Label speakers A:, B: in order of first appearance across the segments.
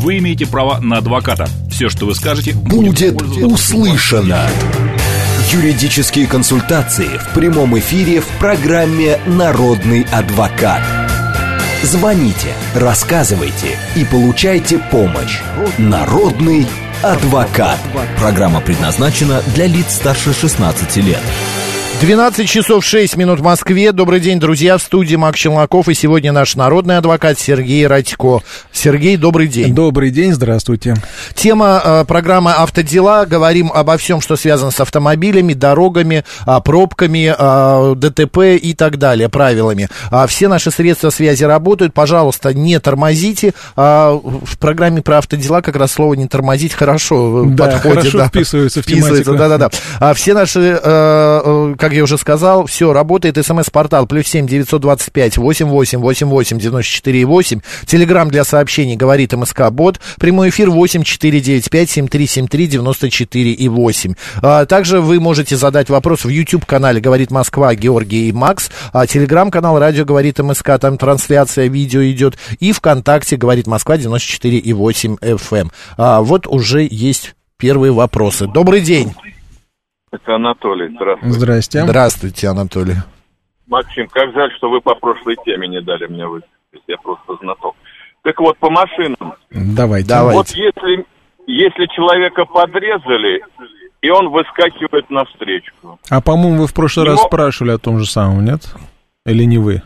A: вы имеете право на адвоката. Все, что вы скажете,
B: будет услышано. Юридические консультации в прямом эфире в программе «Народный адвокат». Звоните, рассказывайте и получайте помощь. Народный адвокат. Программа предназначена для лиц старше 16 лет.
C: 12 часов 6 минут в Москве. Добрый день, друзья, в студии Макс Челноков. И сегодня наш народный адвокат Сергей Радько. Сергей, добрый день.
D: Добрый день, здравствуйте.
C: Тема программы «Автодела». Говорим обо всем, что связано с автомобилями, дорогами, пробками, ДТП и так далее, правилами. Все наши средства связи работают. Пожалуйста, не тормозите. В программе про автодела как раз слово «не тормозить» хорошо подходит.
D: Хорошо вписывается в тематику.
C: Да. Все наши, как я уже сказал, все работает. СМС-портал +7 925 88 88 94 8. Телеграм для сообщений говорит МСК-бот. Прямой эфир 8 495 7373 94 8. Также вы можете задать вопрос в YouTube-канале «Говорит Москва» Георгий и Макс. Телеграм-канал «Радио говорит МСК», там трансляция видео идет. И ВКонтакте «Говорит Москва» 94 8 FM. Вот уже есть первые вопросы. Добрый день.
E: Это Анатолий, здравствуйте.
D: Здрасте.
C: Здравствуйте, Анатолий.
E: Максим, как жаль, что вы по прошлой теме не дали мне выступить, я просто знаток. Так вот, по машинам.
D: Давайте.
E: Вот если человека подрезали, и он выскакивает навстречу.
D: А, по-моему, вы в прошлый раз спрашивали о том же самом, нет? Или не вы?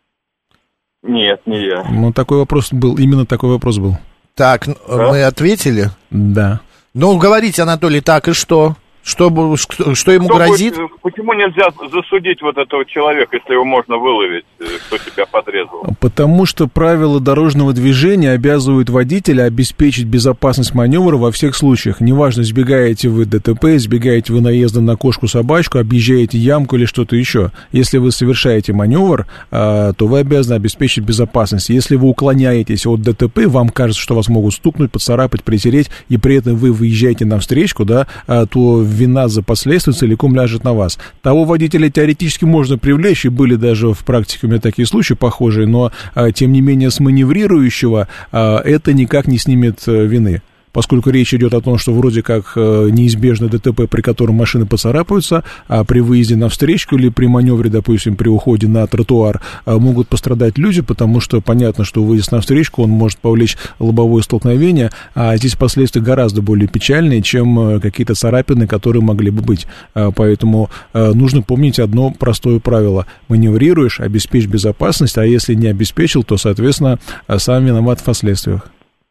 E: Нет, не я.
D: Ну, такой вопрос был, именно такой вопрос был.
C: Так, мы ответили?
D: Да.
C: Ну, говорите, Анатолий, так и что? Что ему грозит?
E: Почему нельзя засудить вот этого человека, если его можно выловить, кто тебя подрезал?
D: Потому что правила дорожного движения обязывают водителя обеспечить безопасность маневра во всех случаях. Неважно, избегаете вы ДТП, избегаете вы наезда на кошку-собачку, объезжаете ямку или что-то еще. Если вы совершаете маневр, то вы обязаны обеспечить безопасность. Если вы уклоняетесь от ДТП, вам кажется, что вас могут стукнуть, поцарапать, притереть, и при этом вы выезжаете навстречу, да, то вина за последствия целиком ляжет на вас. Того водителя теоретически можно привлечь, и были даже в практике у меня такие случаи похожие, но, тем не менее, с маневрирующего это никак не снимет вины. Поскольку речь идет о том, что вроде как неизбежно ДТП, при котором машины поцарапаются, а при выезде на встречку или при маневре, допустим, при уходе на тротуар, могут пострадать люди, потому что понятно, что выезд на встречку, он может повлечь лобовое столкновение, а здесь последствия гораздо более печальные, чем какие-то царапины, которые могли бы быть. Поэтому нужно помнить одно простое правило. Маневрируешь, обеспечь безопасность, а если не обеспечил, то, соответственно, сам виноват в последствиях.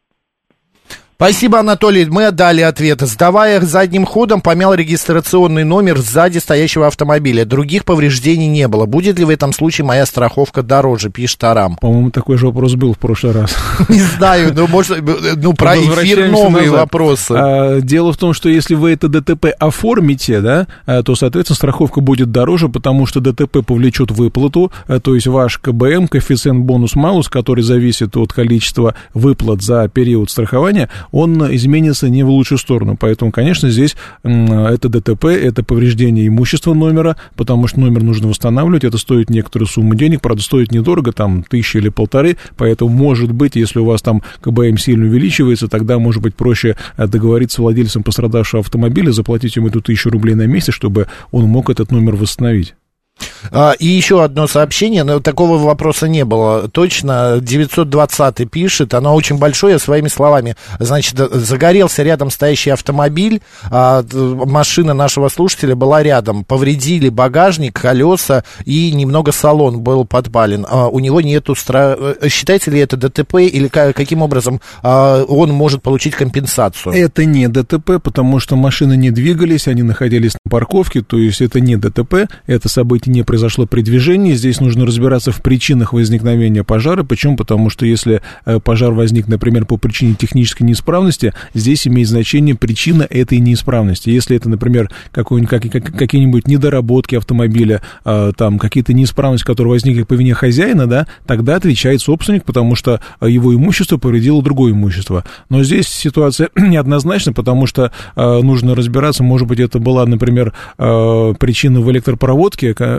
C: Спасибо, Анатолий. Мы отдали ответ. Сдавая задним ходом, помял регистрационный номер сзади стоящего автомобиля. Других повреждений не было. Будет ли в этом случае моя страховка дороже, пишет Арам?
D: По-моему, такой же вопрос был в прошлый раз.
C: Не знаю, но может, про эфир новые вопросы.
D: Дело в том, что если вы это ДТП оформите, да, то, соответственно, страховка будет дороже, потому что ДТП повлечет выплату, то есть ваш КБМ, коэффициент бонус-малус, который зависит от количества выплат за период страхования, он изменится не в лучшую сторону. Поэтому, конечно, здесь это ДТП, это повреждение имущества номера, потому что номер нужно восстанавливать, это стоит некоторую сумму денег, правда, стоит недорого, там, 1000 или 1500, поэтому, может быть, если у вас там КБМ сильно увеличивается, тогда, может быть, проще договориться с владельцем пострадавшего автомобиля, заплатить ему эту 1000 рублей на месяц, чтобы он мог этот номер восстановить.
C: И еще одно сообщение, но такого вопроса не было точно. 920 пишет, оно очень большое, своими словами. Значит, загорелся рядом стоящий автомобиль, машина нашего слушателя была рядом. Повредили багажник, колеса и немного салон был подпален. У него нету считается ли это ДТП или каким образом он может получить компенсацию?
D: Это не ДТП, потому что машины не двигались, они находились на парковке, то есть это не ДТП, это событие не произошло при движении. Здесь нужно разбираться в причинах возникновения пожара. Почему? Потому что если пожар возник, например, по причине технической неисправности, здесь имеет значение причина этой неисправности. Если это, например, какие-нибудь недоработки автомобиля, там какие-то неисправности, которые возникли по вине хозяина, да, тогда отвечает собственник, потому что его имущество повредило другое имущество. Но здесь ситуация неоднозначна, потому что нужно разбираться, может быть, это была, например, причина в электропроводке,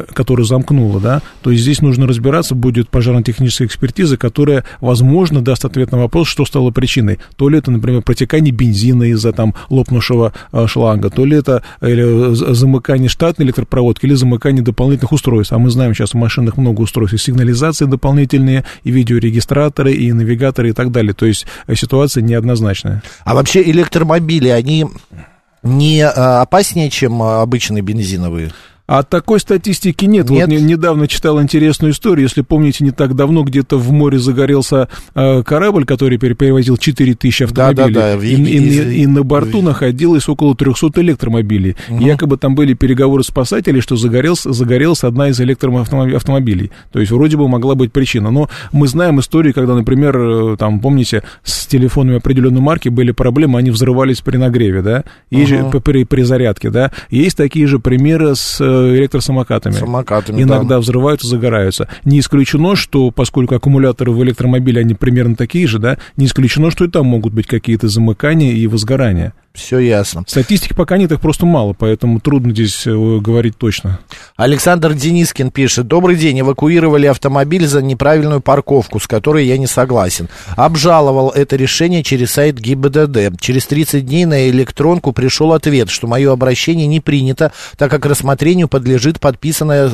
D: которая замкнула, да, то есть здесь нужно разбираться, будет пожарно-техническая экспертиза, которая, возможно, даст ответ на вопрос, что стало причиной. То ли это, например, протекание бензина из-за там лопнувшего шланга, то ли это или замыкание штатной электропроводки, или замыкание дополнительных устройств. А мы знаем, сейчас в машинах много устройств, и сигнализации дополнительные, и видеорегистраторы, и навигаторы, и так далее. То есть ситуация неоднозначная.
C: А вообще электромобили, они не опаснее, чем обычные бензиновые?
D: А такой статистики нет. Вот недавно читал интересную историю. Если помните, не так давно где-то в море загорелся корабль, который перевозил 4000 автомобилей. Да. И на борту находилось около 300 электромобилей. Угу. Якобы там были переговоры спасателей, что загорелась одна из электроавтомобилей. То есть вроде бы могла быть причина. Но мы знаем истории, когда, например, там, помните, с телефонами определенной марки были проблемы, они взрывались при нагреве, да? Есть же при зарядке, да? Есть такие же примеры с электросамокатами. Иногда взрываются, загораются. Не исключено, что, поскольку аккумуляторы в электромобиле, они примерно такие же, да, не исключено, что и там могут быть какие-то замыкания и возгорания.
C: Все ясно.
D: Статистики пока нет, их просто мало, поэтому трудно здесь говорить точно.
C: Александр Денискин пишет: добрый день, эвакуировали автомобиль за неправильную парковку, с которой я не согласен. Обжаловал это решение через сайт ГИБДД. Через 30 дней на электронку пришел ответ, что мое обращение не принято, так как рассмотрению подлежит подписанная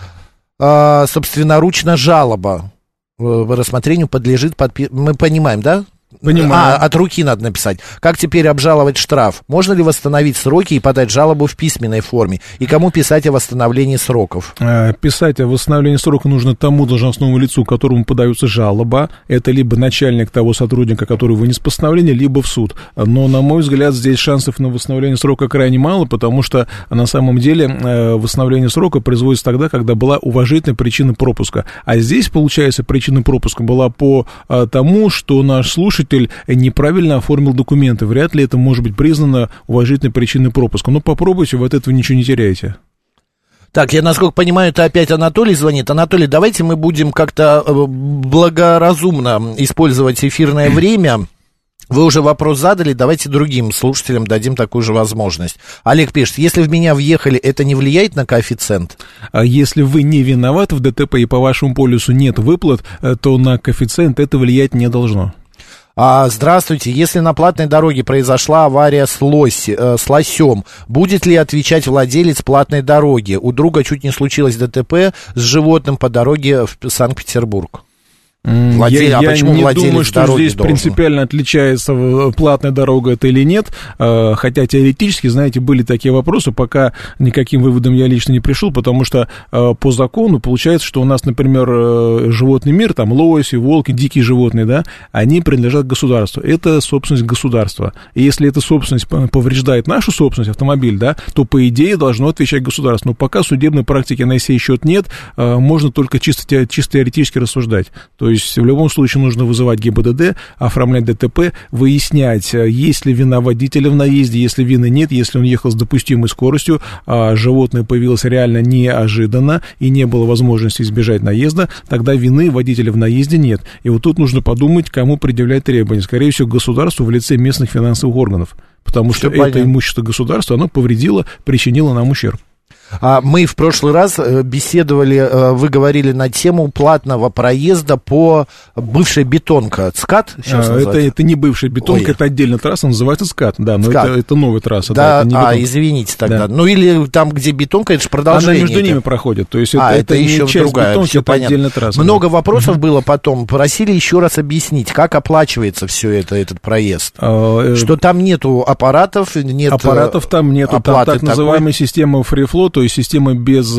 C: собственноручно жалоба. Рассмотрению подлежит мы понимаем, да?
D: Понимаю.
C: От руки надо написать. Как теперь обжаловать штраф? Можно ли восстановить сроки и подать жалобу в письменной форме? И кому писать о восстановлении сроков?
D: Писать о восстановлении срока нужно тому должностному лицу, которому подается жалоба. Это либо начальник того сотрудника, который вынес постановление, либо в суд. Но, на мой взгляд, здесь шансов на восстановление срока крайне мало, потому что на самом деле восстановление срока производится тогда, когда была уважительная причина пропуска. А здесь, получается, причина пропуска была по тому, что наш слушатель неправильно оформил документы. Вряд ли это может быть признано уважительной причиной пропуска. Но попробуйте, вы от этого ничего не теряете.
C: Так, я, насколько понимаю, это опять Анатолий звонит. Анатолий, давайте мы будем как-то благоразумно использовать эфирное время. Вы уже вопрос задали, давайте другим слушателям дадим такую же возможность. Олег пишет: если в меня въехали, это не влияет на коэффициент?
D: Если вы не виноваты в ДТП и по вашему полюсу нет выплат, то на коэффициент это влиять не должно.
C: Здравствуйте, если на платной дороге произошла авария с лосем, будет ли отвечать владелец платной дороги? У друга чуть не случилось ДТП с животным по дороге в Санкт-Петербург.
D: Я не думаю, что здесь принципиально отличается платная дорога это или нет, хотя теоретически, знаете, были такие вопросы, пока никаким выводом я лично не пришел, потому что по закону получается, что у нас, например, животный мир, там лоси, волки, дикие животные, да, они принадлежат государству, это собственность государства, и если эта собственность повреждает нашу собственность, автомобиль, да, то по идее должно отвечать государство, но пока судебной практики на сей счет нет, можно только чисто теоретически рассуждать. То есть в любом случае нужно вызывать ГИБДД, оформлять ДТП, выяснять, есть ли вина водителя в наезде, если вины нет, если он ехал с допустимой скоростью, а животное появилось реально неожиданно и не было возможности избежать наезда, тогда вины водителя в наезде нет. И вот тут нужно подумать, кому предъявлять требования. Скорее всего, государству в лице местных финансовых органов, потому что это имущество государства, оно повредило, причинило нам ущерб.
C: Мы в прошлый раз беседовали, вы говорили на тему платного проезда по бывшей бетонка. ЦКАД сейчас называется?
D: Это не бывшая бетонка, это отдельная трасса, называется ЦКАД, да, но это новая трасса.
C: Да, да, извините тогда. Да. Ну или там, где бетонка, это же продолжение.
D: Она между ними проходит, то есть это
C: еще
D: не часть
C: другая,
D: бетонки, это отдельная трасса.
C: Много вопросов было потом, просили еще раз объяснить, как оплачивается все это, этот проезд. Что там нету аппаратов, нет
D: аппаратов там нету, там так называемая система Free Flow, то есть система без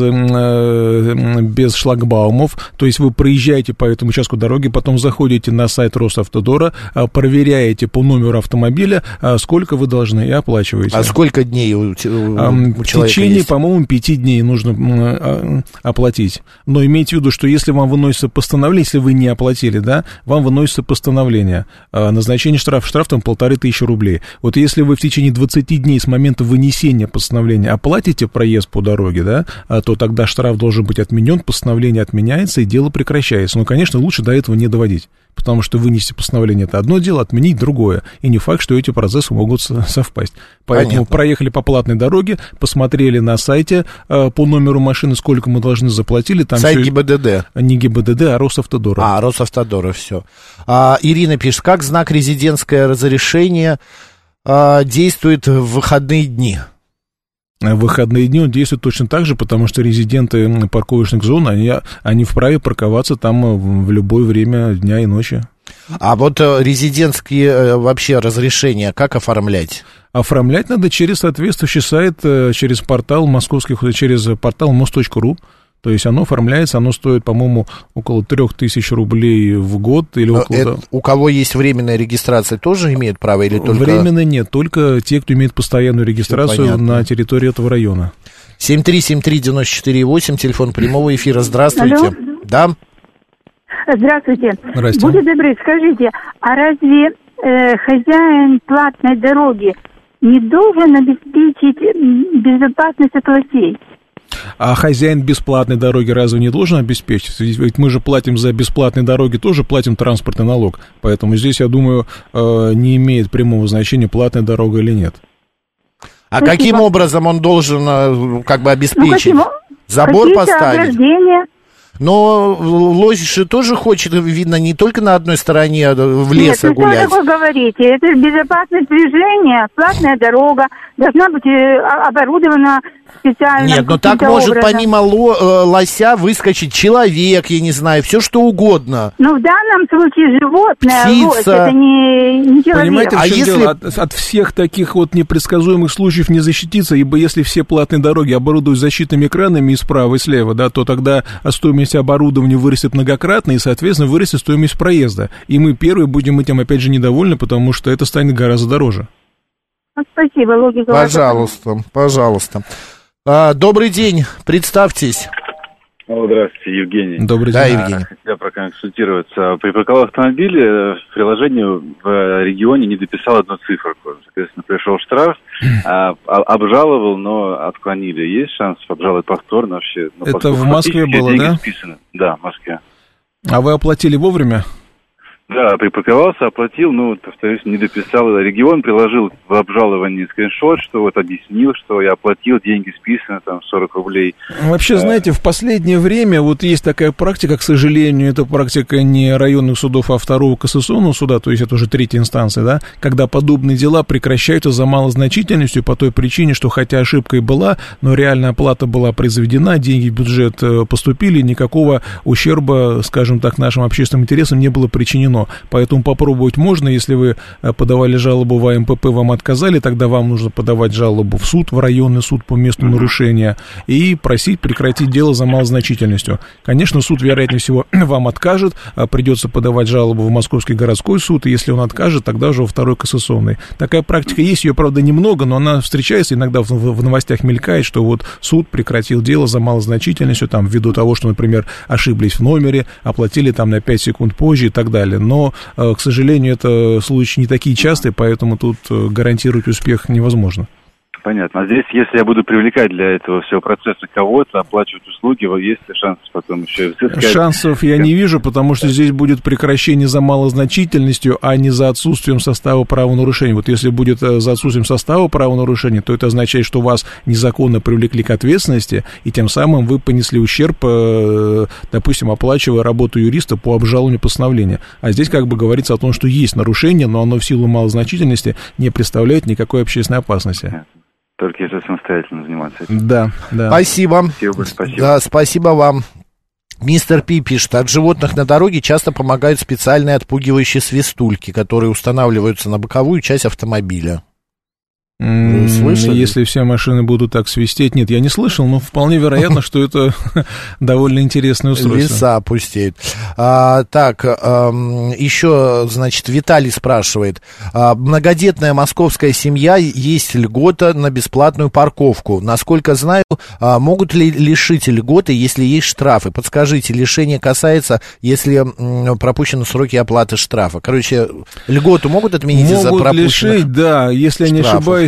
D: шлагбаумов, то есть вы проезжаете по этому участку дороги, потом заходите на сайт Росавтодора, проверяете по номеру автомобиля, сколько вы должны, и оплачиваете.
C: А сколько дней у человека
D: в течение,
C: есть?
D: По-моему, 5 дней нужно оплатить. Но имейте в виду, что если вам выносится постановление, если вы не оплатили, да, вам выносится постановление, назначение штраф там 1500 рублей. Вот если вы в течение 20 дней с момента вынесения постановления оплатите проезд по дороги, да, то тогда штраф должен быть отменен, постановление отменяется и дело прекращается. Но, конечно, лучше до этого не доводить, потому что вынести постановление — это одно дело, отменить — другое. И не факт, что эти процессы могут совпасть. Поэтому проехали по платной дороге, посмотрели на сайте по номеру машины, сколько мы должны заплатили. Там
C: сайт ГИБДД.
D: Не ГИБДД, а Росавтодора.
C: Росавтодора, все. Ирина пишет, как знак резидентское разрешение действует в выходные дни?
D: В выходные дни он действует точно так же, потому что резиденты парковочных зон, они вправе парковаться там в любое время дня и ночи.
C: А вот резидентские вообще разрешения как оформлять?
D: Оформлять надо через соответствующий сайт, через портал most.ru. То есть оно оформляется, оно стоит, по-моему, около 3000 рублей в год. Или около...
C: У кого есть временная регистрация, тоже имеют право или только...
D: Временно нет, только те, кто имеет постоянную регистрацию на территории этого района.
C: 7373948, телефон прямого эфира. Здравствуйте.
F: Алло.
C: Да.
F: Здравствуйте.
D: Здрасте.
F: Будьте добры, скажите, а разве хозяин платной дороги не должен обеспечить безопасность от лосей?
D: А хозяин бесплатной дороги разве не должен обеспечить? Ведь мы же платим за бесплатные дороги, тоже платим транспортный налог. Поэтому здесь, я думаю, не имеет прямого значения, платная дорога или нет.
C: А спасибо. Каким образом он должен как бы обеспечить? Забор поставить?
F: Ограждения?
C: Но лось же тоже хочет, видно, не только на одной стороне в лес гулять.
F: Нет, что вы такое говорите? Это же безопасное движение, платная дорога, должна быть оборудована специально.
C: Нет, но так может помимо лося выскочить человек, я не знаю, все что угодно.
F: Ну, в данном случае животное,
C: птица.
F: Лось, это не человек.
D: Понимаете, в чем дело? От всех таких вот непредсказуемых случаев не защититься, ибо если все платные дороги оборудуют защитными экранами и справа, и слева, да, то тогда стоимость оборудования вырастет многократно, и, соответственно, вырастет стоимость проезда. И мы первые будем этим, опять же, недовольны, потому что это станет гораздо дороже.
F: Спасибо, логика.
C: Пожалуйста. Добрый день, представьтесь.
E: Здравствуйте, Евгений.
D: Добрый день.
C: Да, Евгений.
E: Хотел проконсультироваться. Припарковал автомобиль, в приложении в регионе не дописал одну циферку. Соответственно, пришел штраф, обжаловал, но отклонили. Есть шанс обжаловать повторно вообще?
D: Это в Москве было, да?
E: Списаны. Да, в Москве.
D: А вы оплатили вовремя?
E: Да, припарковался, оплатил, повторюсь, не дописал. Регион приложил в обжаловании скриншот, что вот объяснил, что я оплатил, деньги списаны, там, 40 рублей.
D: Вообще, знаете, в последнее время вот есть такая практика, к сожалению, это практика не районных судов, а второго кассационного суда, то есть это уже третья инстанция, да, когда подобные дела прекращаются за малозначительностью по той причине, что хотя ошибка и была, но реальная оплата была произведена, деньги в бюджет поступили, никакого ущерба, скажем так, нашим общественным интересам не было причинено. Поэтому попробовать можно, если вы подавали жалобу в АМПП, вам отказали, тогда вам нужно подавать жалобу в суд, в районный суд по месту нарушения и просить прекратить дело за малозначительностью. Конечно, суд, вероятнее всего, вам откажет, придется подавать жалобу в Московский городской суд, и если он откажет, тогда уже во второй кассационный. Такая практика есть, ее, правда, немного, но она встречается, иногда в новостях мелькает, что вот суд прекратил дело за малозначительностью, там, ввиду того, что, например, ошиблись в номере, оплатили там на 5 секунд позже и так далее. Но, к сожалению, это случаи не такие частые, поэтому тут гарантировать успех невозможно.
E: Понятно. А здесь, если я буду привлекать для этого всего процесса кого-то, оплачивать услуги, есть ли шанс потом еще взыскать?
D: Шансов я не вижу, потому что здесь будет прекращение за малозначительностью, а не за отсутствием состава правонарушения. Вот если будет за отсутствием состава правонарушения, то это означает, что вас незаконно привлекли к ответственности, и тем самым вы понесли ущерб, допустим, оплачивая работу юриста по обжалованию постановления. А здесь как бы говорится о том, что есть нарушение, но оно в силу малозначительности не представляет никакой общественной опасности.
E: Только если самостоятельно заниматься этим.
D: Да.
C: Спасибо.
E: Спасибо.
C: Да, спасибо вам. Мистер Пи пишет, от животных на дороге часто помогают специальные отпугивающие свистульки, которые устанавливаются на боковую часть автомобиля. Вы слышали?
D: Если все машины будут так свистеть, нет, я не слышал, но вполне вероятно, что это довольно интересное устройство.
C: Леса опустеют. Так, еще, значит, Виталий спрашивает, многодетная московская семья, есть льгота на бесплатную парковку. Насколько знаю, могут ли лишить льготы, если есть штрафы? Подскажите, лишение касается, если пропущены сроки оплаты штрафа. Короче, льготу могут отменить из-за пропущенных
D: лишить, да, если я не ошибаюсь,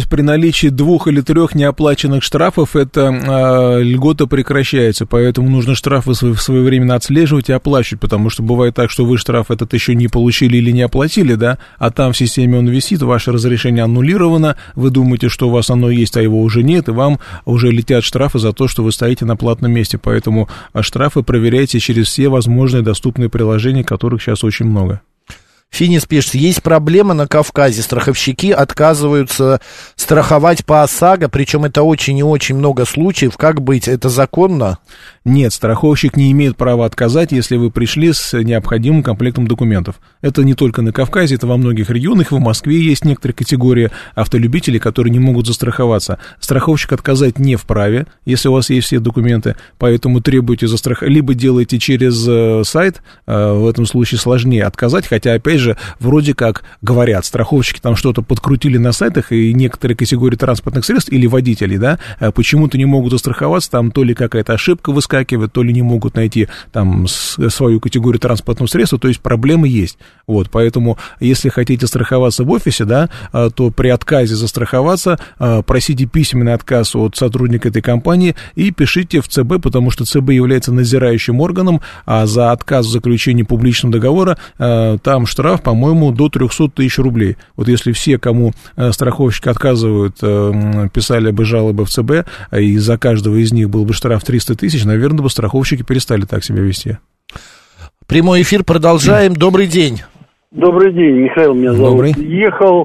D: повторяюсь, при наличии 2 или 3 неоплаченных штрафов эта льгота прекращается, поэтому нужно штрафы своевременно отслеживать и оплачивать, потому что бывает так, что вы штраф этот еще не получили или не оплатили, да, а там в системе он висит, ваше разрешение аннулировано, вы думаете, что у вас оно есть, а его уже нет, и вам уже летят штрафы за то, что вы стоите на платном месте, поэтому штрафы проверяйте через все возможные доступные приложения, которых сейчас очень много.
C: Финис пишет, есть проблема на Кавказе, страховщики отказываются страховать по ОСАГО, причем это очень и очень много случаев, как быть, это законно?
D: Нет, страховщик не имеет права отказать, если вы пришли с необходимым комплектом документов. Это не только на Кавказе, это во многих регионах, в Москве есть некоторые категории автолюбителей, которые не могут застраховаться. Страховщик отказать не вправе, если у вас есть все документы, поэтому требуйте либо делайте через сайт, в этом случае сложнее отказать, хотя, опять же, вроде как говорят, страховщики там что-то подкрутили на сайтах, и некоторые категории транспортных средств или водителей, да, почему-то не могут застраховаться, там то ли какая-то ошибка выскакивает, то ли не могут найти там свою категорию транспортного средства, то есть проблемы есть. Вот, поэтому, если хотите страховаться в офисе, да, то при отказе застраховаться просите письменный отказ от сотрудника этой компании и пишите в ЦБ, потому что ЦБ является надзирающим органом, а за отказ в заключении публичного договора там штраф, по-моему, до 300 тысяч рублей. Вот если все, кому страховщики отказывают, писали бы жалобы в ЦБ, и за каждого из них был бы штраф 300 тысяч, наверное, бы страховщики перестали так себя вести.
C: Прямой эфир, продолжаем. Добрый день.
G: Добрый день, Михаил меня зовут.
D: Добрый.
G: Ехал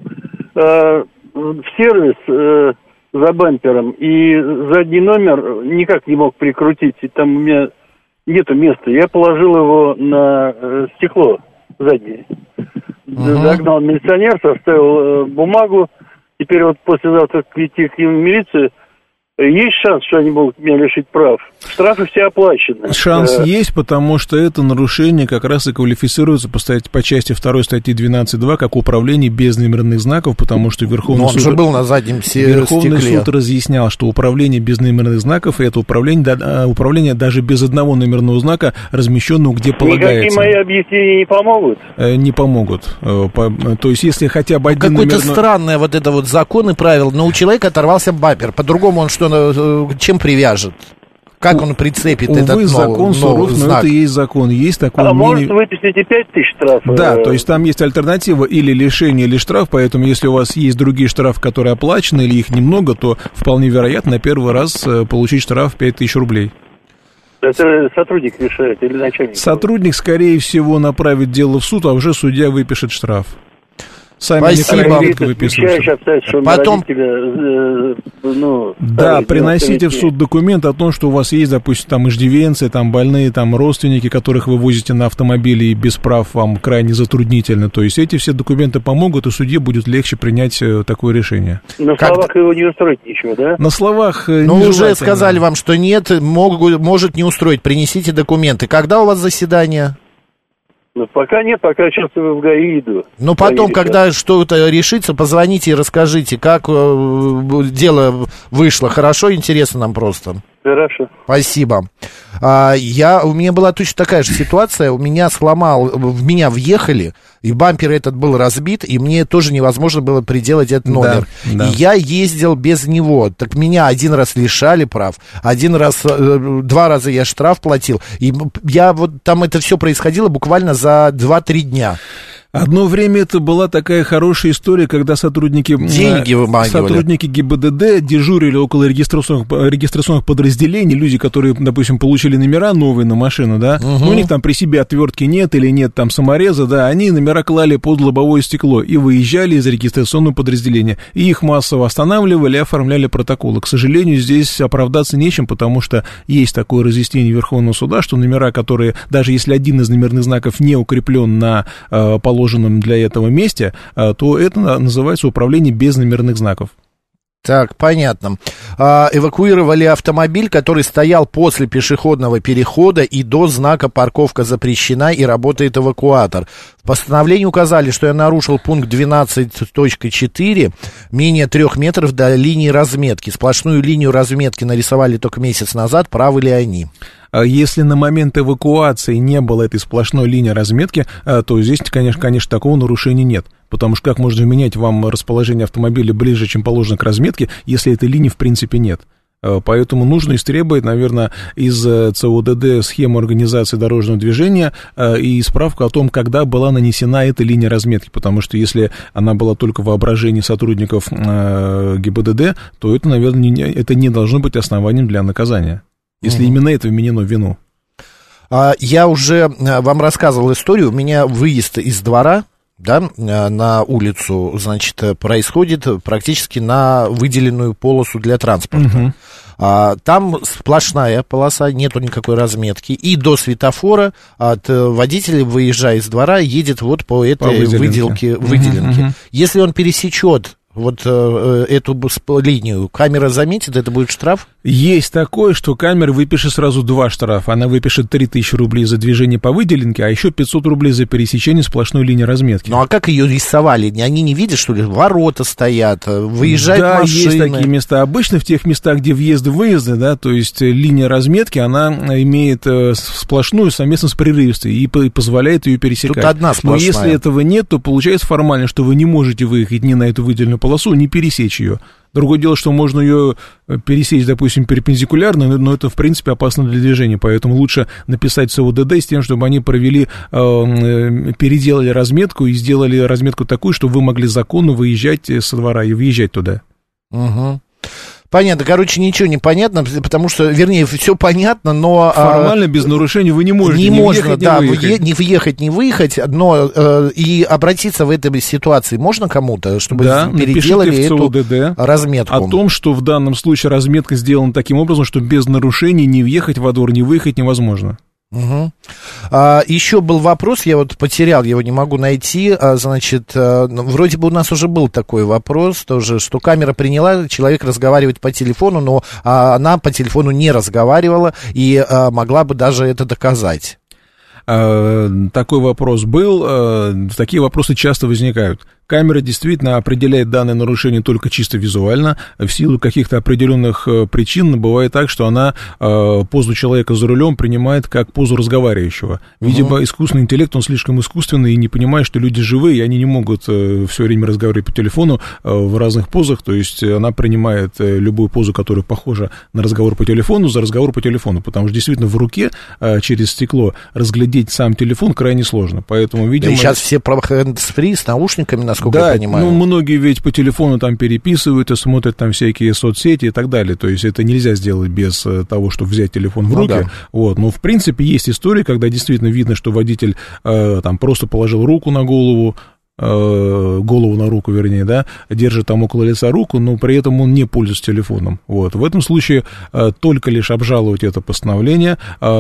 G: в сервис за бампером, и задний номер никак не мог прикрутить, и там у меня нету места. Я положил его на стекло заднее. Загнал милиционер, составил бумагу. Теперь вот послезавтра идти к ним в милицию. Есть шанс, что они могут меня лишить прав? Штрафы все оплачены.
D: Шанс есть, потому что это нарушение как раз и квалифицируется по части 2 статьи 12.2 как управление без номерных знаков, потому что Верховный суд...
C: же был на заднем
D: Верховный суд разъяснял, что управление без номерных знаков, это управление даже без одного номерного знака, размещенного где полагается.
G: Никакие мои объяснения не помогут?
D: Не помогут. То есть, если хотя бы один
C: Какое-то странное вот это вот закон и правила, но у человека оторвался бампер, по-другому он что, чем привяжет? Как он прицепит этот
D: закон суров, но
C: знак?
D: Это и есть закон. Есть такое
G: мнение... может выписать и 5 тысяч штрафов?
D: Да, то есть там есть альтернатива или лишение, или штраф, поэтому если у вас есть другие штрафы, которые оплачены, или их немного, то вполне вероятно на первый раз получить штраф 5 тысяч рублей.
G: Это сотрудник решает или начальник?
D: Сотрудник, скорее всего, направит дело в суд, а уже судья выпишет штраф.
C: Сами спасибо.
G: Потом...
D: Да, приносите в суд документ о том, что у вас есть, допустим, там иждивенцы, там больные, там родственники, которых вы возите на автомобиле, и без прав вам крайне затруднительно. То есть эти все документы помогут, и судье будет легче принять такое решение.
G: На словах его не устроить ничего, да?
D: На словах
C: уже сказали вам, что нет, может не устроить. Принесите документы. Когда у вас заседание?
G: Ну, пока нет, пока сейчас в ГАИ иду.
C: Ну, потом, когда что-то решится, позвоните и расскажите, как дело вышло. Хорошо, интересно нам просто.
G: Хорошо.
C: Спасибо. У меня была точно такая же ситуация. В меня въехали, и бампер этот был разбит, и мне тоже невозможно было приделать этот номер. Да. И я ездил без него. Так меня один раз лишали прав, 2 раза я штраф платил. И там это все происходило буквально за 2-3 дня.
D: Одно время это была такая хорошая история, когда сотрудники ГИБДД дежурили около регистрационных подразделений, люди, которые, допустим, получили номера новые на машину, да, у них там при себе отвертки нет или нет там самореза, да, они номера клали под лобовое стекло и выезжали из регистрационного подразделения, и их массово останавливали и оформляли протоколы. К сожалению, здесь оправдаться нечем, потому что есть такое разъяснение Верховного суда, что номера, которые, даже если один из номерных знаков не укреплен на положенном для этого месте, то это называется управление без номерных знаков.
C: Так, понятно. Эвакуировали автомобиль, который стоял после пешеходного перехода и до знака «Парковка запрещена» и работает эвакуатор. В постановлении указали, что я нарушил пункт 12.4, менее 3 метров до линии разметки. Сплошную линию разметки нарисовали только месяц назад. Правы ли они?
D: Если на момент эвакуации не было этой сплошной линии разметки, то здесь, конечно, такого нарушения нет. потому что как можно менять вам расположение автомобиля ближе, чем положено к разметке, если этой линии в принципе нет. Поэтому нужно истребовать, наверное, из ЦОДД схему организации дорожного движения и справку о том, когда была нанесена эта линия разметки, потому что если она была только в воображении сотрудников ГИБДД, то это, наверное, это не должно быть основанием для наказания, если именно это вменено в вину.
C: Я уже вам рассказывал историю, у меня выезд из двора, да, на улицу, значит, происходит практически на выделенную полосу для транспорта. Там сплошная полоса, нету никакой разметки, и до светофора от водителя, выезжая из двора, едет вот по этой выделенке. Если он пересечет вот эту линию, камера заметит, это будет штраф?
D: Есть такое, что камера выпишет сразу 2 штрафа. Она выпишет 3000 рублей за движение по выделенке, а еще 500 рублей за пересечение сплошной линии разметки.
C: Ну, а как ее рисовали? Они не видят, что ли? Ворота стоят, выезжают машины.
D: Да, есть такие места. Обычно в тех местах, где въезды-выезды, да, то есть линия разметки, она имеет сплошную совместно с прерывистой и позволяет ее пересекать.
C: Тут одна сплошная.
D: Но если этого нет, то получается формально, что вы не можете выехать ни на эту выделенную полосу, ни пересечь ее. Другое дело, что можно ее пересечь, допустим, перпендикулярно, но это, в принципе, опасно для движения, поэтому лучше написать ЦОДД с тем, чтобы они провели, переделали разметку и сделали разметку такую, чтобы вы могли законно выезжать со двора и въезжать туда.
C: Понятно, короче, ничего не понятно, потому что, вернее, все понятно, но...
D: Формально без нарушений вы не можете
C: не въехать, не выехать, но и обратиться в этой ситуации можно кому-то, чтобы переделали эту разметку?
D: О том, что в данном случае разметка сделана таким образом, что без нарушений не въехать во двор, не выехать невозможно.
C: Еще был вопрос, я вот потерял, его не могу найти, значит, вроде бы у нас уже был такой вопрос тоже, что камера приняла, человек разговаривает по телефону, но она по телефону не разговаривала и могла бы даже это доказать.
D: Такой вопрос был, такие вопросы часто возникают. Камера действительно определяет данное нарушение только чисто визуально. В силу каких-то определенных причин бывает так, что она позу человека за рулем принимает как позу разговаривающего. Видимо, искусственный интеллект, он слишком искусственный и не понимает, что люди живые, и они не могут все время разговаривать по телефону в разных позах. То есть она принимает любую позу, которая похожа на разговор по телефону, за разговор по телефону. Потому что действительно в руке через стекло разглядеть сам телефон крайне сложно. Поэтому, видимо...
C: И сейчас все про hands-free с наушниками, насколько я понимаю.
D: Ну, многие ведь по телефону там переписывают и смотрят там всякие соцсети и так далее. То есть это нельзя сделать без того, чтобы взять телефон в руки. Да. Вот. Но, в принципе, есть истории, когда действительно видно, что водитель там просто положил руку на голову, на руку, вернее, да, держит там около лица руку, но при этом он не пользуется телефоном. Вот. В этом случае только лишь обжаловать это постановление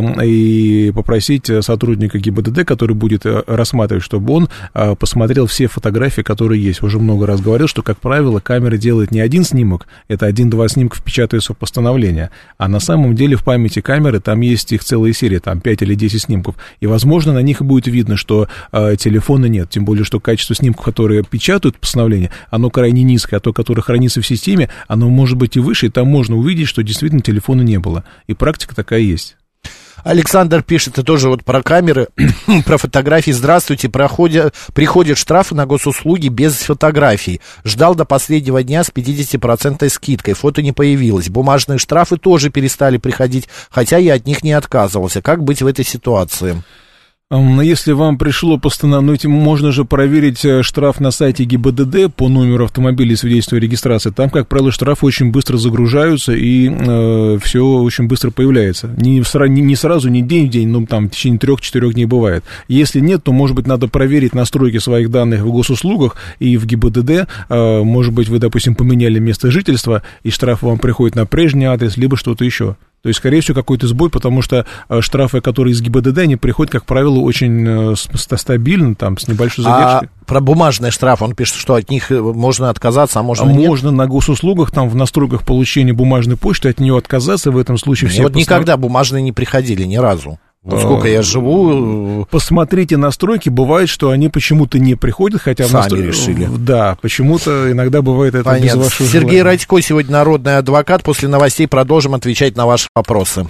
D: и попросить сотрудника ГИБДД, который будет рассматривать, чтобы он посмотрел все фотографии, которые есть. Уже много раз говорил, что, как правило, камера делает не один снимок, это 1-2 снимка впечатываются в постановление, а на самом деле в памяти камеры там есть их целая серия, там 5 или 10 снимков, и, возможно, на них будет видно, что телефона нет, тем более, что качество снимков, которые печатают постановление, оно крайне низкое, а то, которое хранится в системе, оно может быть и выше, и там можно увидеть, что действительно телефона не было. И практика такая есть.
C: Александр пишет, и тоже вот про камеры, про фотографии. Здравствуйте, приходят штрафы на госуслуги без фотографий. Ждал до последнего дня с 50% скидкой, фото не появилось. Бумажные штрафы тоже перестали приходить, хотя я от них не отказывался. Как быть в этой ситуации?
D: Если вам пришло постановление, можно же проверить штраф на сайте ГИБДД по номеру автомобиля и свидетельства о регистрации. Там, как правило, штрафы очень быстро загружаются и все очень быстро появляется. Не сразу, не день в день, но там в течение 3-4 дней бывает. Если нет, то, может быть, надо проверить настройки своих данных в госуслугах и в ГИБДД. Может быть, вы, допустим, поменяли место жительства, и штраф вам приходит на прежний адрес, либо что-то еще. То есть, скорее всего, какой-то сбой, потому что штрафы, которые из ГИБДД, они приходят, как правило, очень стабильно, там, с небольшой задержкой.
C: А про бумажный штраф, он пишет, что от них можно отказаться, а можно нет?
D: Можно на госуслугах, там, в настройках получения бумажной почты от нее отказаться, в этом случае все...
C: Вот никогда бумажные не приходили, ни разу. Вот сколько я живу...
D: Посмотрите настройки, бывает, что они почему-то не приходят, хотя...
C: Сами решили.
D: Да, почему-то иногда бывает это без вашего
C: Сергей
D: желания.
C: Радько сегодня народный адвокат. После новостей продолжим отвечать на ваши вопросы.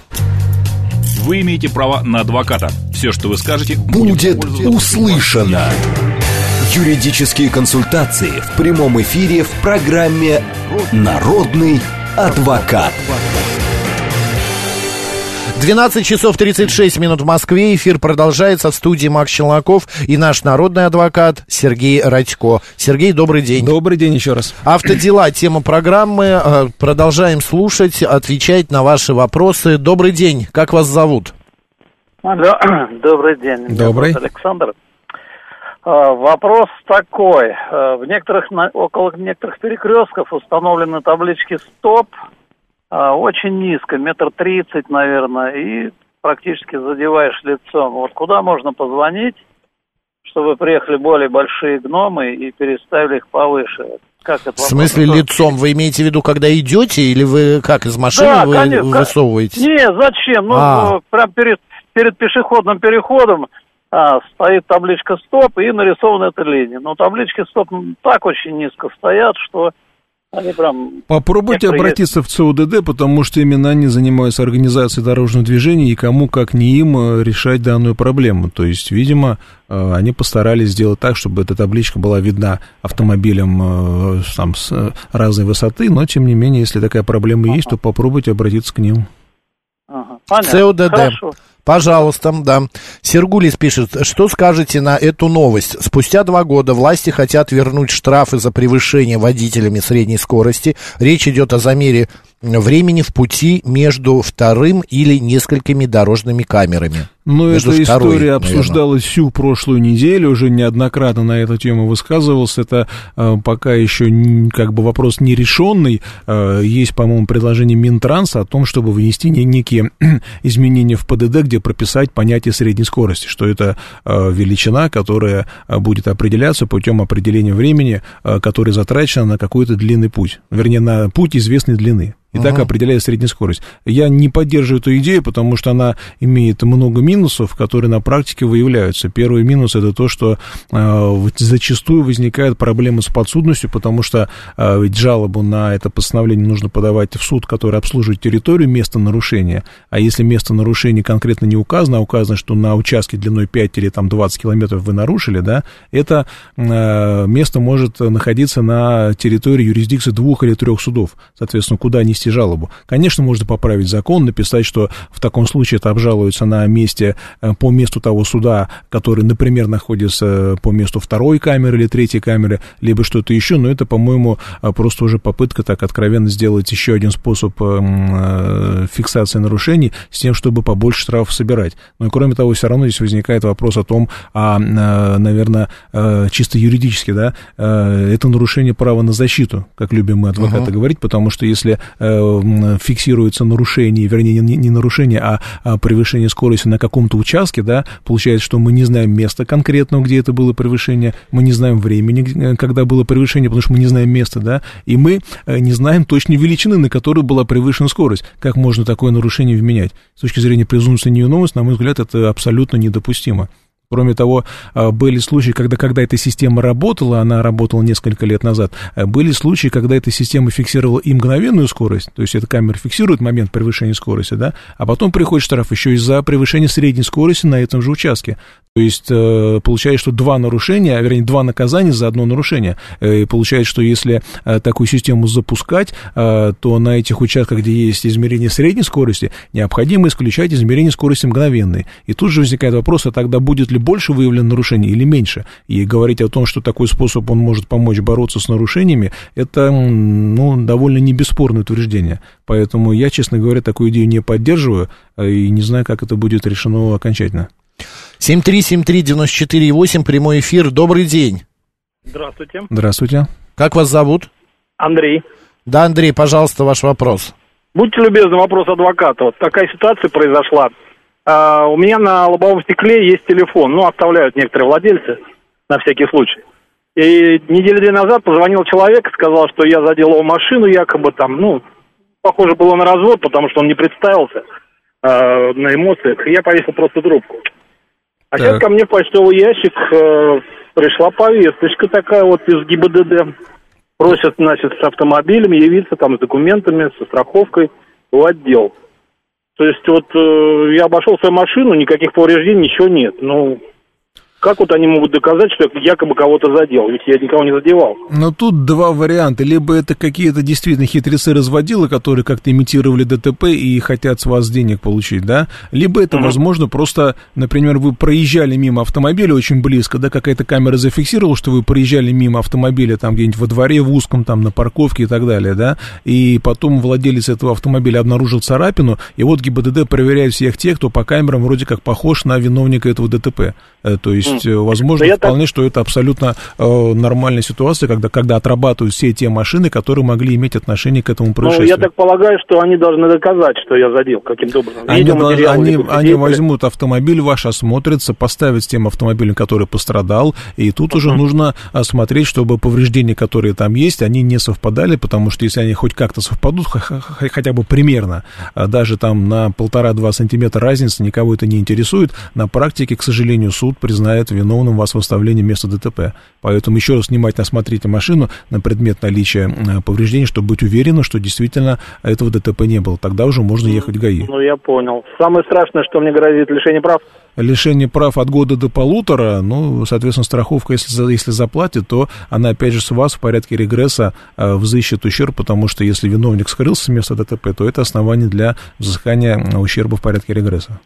A: Вы имеете право на адвоката. Все, что вы скажете,
B: будет услышано. Юридические консультации в прямом эфире в программе «Народный адвокат».
C: 12 часов 36 минут в Москве. Эфир продолжается. В студии Макс Челноков и наш народный адвокат Сергей Радько. Сергей, добрый день.
D: Добрый день еще раз.
C: Автодела, тема программы. Продолжаем слушать, отвечать на ваши вопросы. Добрый день. Как вас зовут?
H: Добрый день.
D: Добрый.
H: Александр. Вопрос такой. Около некоторых перекрестков установлены таблички «Стоп». Очень низко, 1,30 м, наверное, и практически задеваешь лицом. Вот куда можно позвонить, чтобы приехали более большие гномы и переставили их повыше? Как это?
C: В смысле лицом? Вы имеете в виду, когда идете, или вы как, из машины высовываетесь?
H: Не, зачем? Прям перед пешеходным переходом стоит табличка «Стоп» и нарисована эта линия. Но таблички «Стоп» так очень низко стоят, что...
D: Попробуйте обратиться в ЦУДД, потому что именно они занимаются организацией дорожного движения, и кому, как не им, решать данную проблему. То есть, видимо, они постарались сделать так, чтобы эта табличка была видна автомобилям с разной высоты, но, тем не менее, если такая проблема есть, то попробуйте обратиться к ним.
C: ЦУДД. Хорошо. Пожалуйста, да. Сергулис пишет, что скажете на эту новость? Спустя 2 года власти хотят вернуть штрафы за превышение водителями средней скорости. Речь идет о замере времени в пути между вторым или несколькими дорожными камерами.
D: Но эта история обсуждалась всю прошлую неделю, уже неоднократно на эту тему высказывался. Это пока еще как бы вопрос нерешенный. Есть, по-моему, предложение Минтранса о том, чтобы внести некие изменения в ПДД, где прописать понятие средней скорости, что это величина, которая будет определяться путем определения времени, которое затрачено на какой-то длинный путь, вернее, на путь известной длины. И так определяет среднюю скорость. Я не поддерживаю эту идею, потому что она имеет много минусов, которые на практике выявляются. Первый минус — это то, что зачастую возникают проблемы с подсудностью, потому что ведь жалобу на это постановление нужно подавать в суд, который обслуживает территорию места нарушения. А если место нарушения конкретно не указано, а указано, что на участке длиной 5 или там 20 километров вы нарушили, да, это место может находиться на территории юрисдикции 2 или 3 судов. Соответственно, куда нести жалобу. Конечно, можно поправить закон, написать, что в таком случае это обжалуется на месте, по месту того суда, который, например, находится по месту 2-й камеры или 3-й камеры, либо что-то еще, но это, по-моему, просто уже попытка так откровенно сделать еще один способ фиксации нарушений с тем, чтобы побольше штрафов собирать. Но, кроме того, все равно здесь возникает вопрос о том, наверное, чисто юридически, да, это нарушение права на защиту, как любим мы адвокаты говорить, потому что если фиксируется нарушение, вернее, не нарушение, а превышение скорости на каком-то участке, да, получается, что мы не знаем места конкретного, где это было превышение, мы не знаем времени, когда было превышение, потому что мы не знаем места, да, и мы не знаем точной величины, на которой была превышена скорость. Как можно такое нарушение вменять? С точки зрения презумпции невиновности, на мой взгляд, это абсолютно недопустимо. Кроме того, были случаи, когда эта система работала, она работала несколько лет назад, были случаи, когда эта система фиксировала и мгновенную скорость, то есть эта камера фиксирует момент превышения скорости, да, а потом приходит штраф еще из-за превышения средней скорости на этом же участке. То есть получается, что 2 нарушения, вернее, 2 наказания за одно нарушение. И получается, что если такую систему запускать, то на этих участках, где есть измерение средней скорости, необходимо исключать измерение скорости мгновенной. И тут же возникает вопрос, а тогда будет ли больше выявлено нарушений или меньше? И говорить о том, что такой способ, он может помочь бороться с нарушениями, это, довольно не бесспорное утверждение. Поэтому я, честно говоря, такую идею не поддерживаю и не знаю, как это будет решено окончательно.
C: 7373948, прямой эфир. Добрый день.
I: Здравствуйте.
D: Здравствуйте.
C: Как вас зовут?
I: Андрей.
C: Да, Андрей, пожалуйста, ваш вопрос.
I: Будьте любезны, вопрос адвоката. Вот такая ситуация произошла. У меня на лобовом стекле есть телефон, оставляют некоторые владельцы на всякий случай. И недели 2 назад позвонил человек и сказал, что я задел его машину, якобы там, похоже было на развод, потому что он не представился на эмоциях, и я повесил просто трубку. А сейчас ко мне в почтовый ящик пришла повесточка такая вот из ГИБДД. Просят, с автомобилем явиться там с документами, со страховкой в отдел. То есть я обошел свою машину, никаких повреждений, ничего нет. как вот они могут доказать, что я якобы кого-то задел? Ведь я никого не задевал.
D: Но тут два варианта. Либо это какие-то действительно хитрецы-разводилы, которые как-то имитировали ДТП и хотят с вас денег получить, да? Либо это, возможно, просто, например, вы проезжали мимо автомобиля очень близко, да, какая-то камера зафиксировала, что вы проезжали мимо автомобиля там где-нибудь во дворе, в узком, там, на парковке и так далее, да? И потом владелец этого автомобиля обнаружил царапину, и вот ГИБДД проверяет всех тех, кто по камерам вроде как похож на виновника этого ДТП. То есть, возможно, вполне, что это абсолютно нормальная ситуация, когда отрабатывают все те машины, которые могли иметь отношение к этому происшествию.
I: Ну, я так полагаю, что они должны доказать, что я задел каким-то образом.
D: Они возьмут автомобиль ваш, осмотрятся, поставят с тем автомобилем, который пострадал, и тут уже нужно смотреть, чтобы повреждения, которые там есть, они не совпадали, потому что если они хоть как-то совпадут, хотя бы примерно, даже там на 1,5-2 сантиметра разницы, никого это не интересует, на практике, к сожалению, суд признает виновным вас в выставлении места ДТП. Поэтому еще раз внимательно осмотрите машину на предмет наличия повреждений, чтобы быть уверенным, что действительно этого ДТП не было. Тогда уже можно ехать в ГАИ.
I: Ну, я понял. Самое страшное, что мне грозит лишение прав?
D: Лишение прав от года до 1,5, ну, соответственно, страховка, если заплатит, то она, опять же, с вас в порядке регресса взыщет ущерб, потому что если виновник скрылся с места ДТП, то это основание для взыскания ущерба в порядке регресса.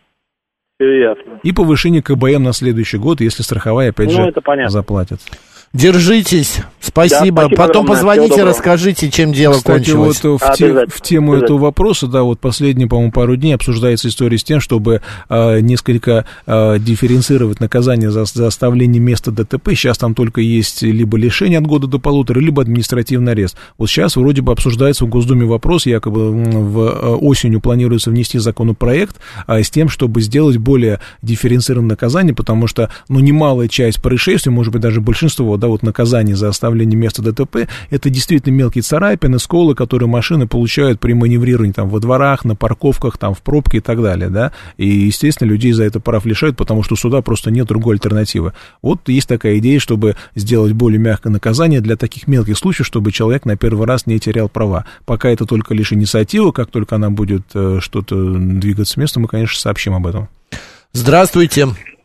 I: Ясно.
D: И повышение КБМ на следующий год, если страховая, опять же, заплатит.
C: Держитесь. Спасибо.
I: Да, спасибо.
C: Потом
I: огромное.
C: позвоните, расскажите, чем дело кончилось.
D: Кстати, вот в тему этого вопроса, да, вот последние, по-моему, пару дней обсуждается история с тем, чтобы несколько дифференцировать наказание за оставление места ДТП. Сейчас там только есть либо лишение от года до 1,5, либо административный арест. Вот сейчас вроде бы обсуждается в Госдуме вопрос, якобы осенью планируется внести законопроект с тем, чтобы сделать более дифференцированное наказание, потому что, ну, немалая часть происшествий, может быть, даже большинство, да, вот наказаний за оставление места ДТП, это действительно мелкие царапины, сколы, которые машины получают при маневрировании там во дворах, на парковках, там в пробке и так далее, да, и, естественно, людей за это прав лишают, потому что у суда просто нет другой альтернативы. Вот есть такая идея, чтобы сделать более мягкое наказание для таких мелких случаев, чтобы человек на первый раз не терял права. Пока это только лишь инициатива, как только она будет что-то двигаться с места, мы, конечно, сообщим об этом.
C: Здравствуйте.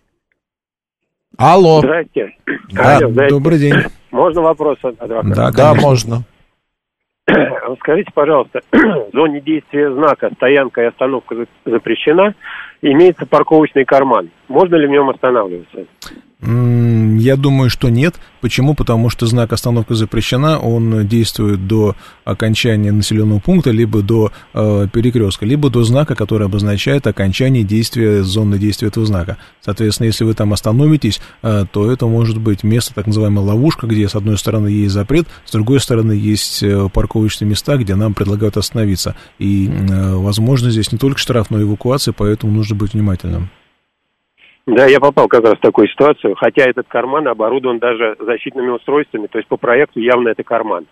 C: Алло.
J: Здрасте.
C: Да,
D: добрый день.
J: Можно вопрос, адвокат?
C: Да, можно.
J: Скажите, пожалуйста, в зоне действия знака «Стоянка и остановка запрещена» имеется парковочный карман. Можно ли в нем останавливаться?
D: Я думаю, что нет. Почему? Потому что знак «Остановка запрещена», он действует до окончания населенного пункта, либо до перекрестка, либо до знака, который обозначает окончание действия, зоны действия этого знака. Соответственно, если вы там остановитесь, то это может быть место, так называемая ловушка, где с одной стороны есть запрет, с другой стороны есть парковочные места, где нам предлагают остановиться. И, возможно, здесь не только штраф, но и эвакуация, поэтому нужно быть внимательным.
J: Да, я попал как раз в такую ситуацию, хотя этот карман оборудован даже защитными устройствами, то есть по проекту явно это карман.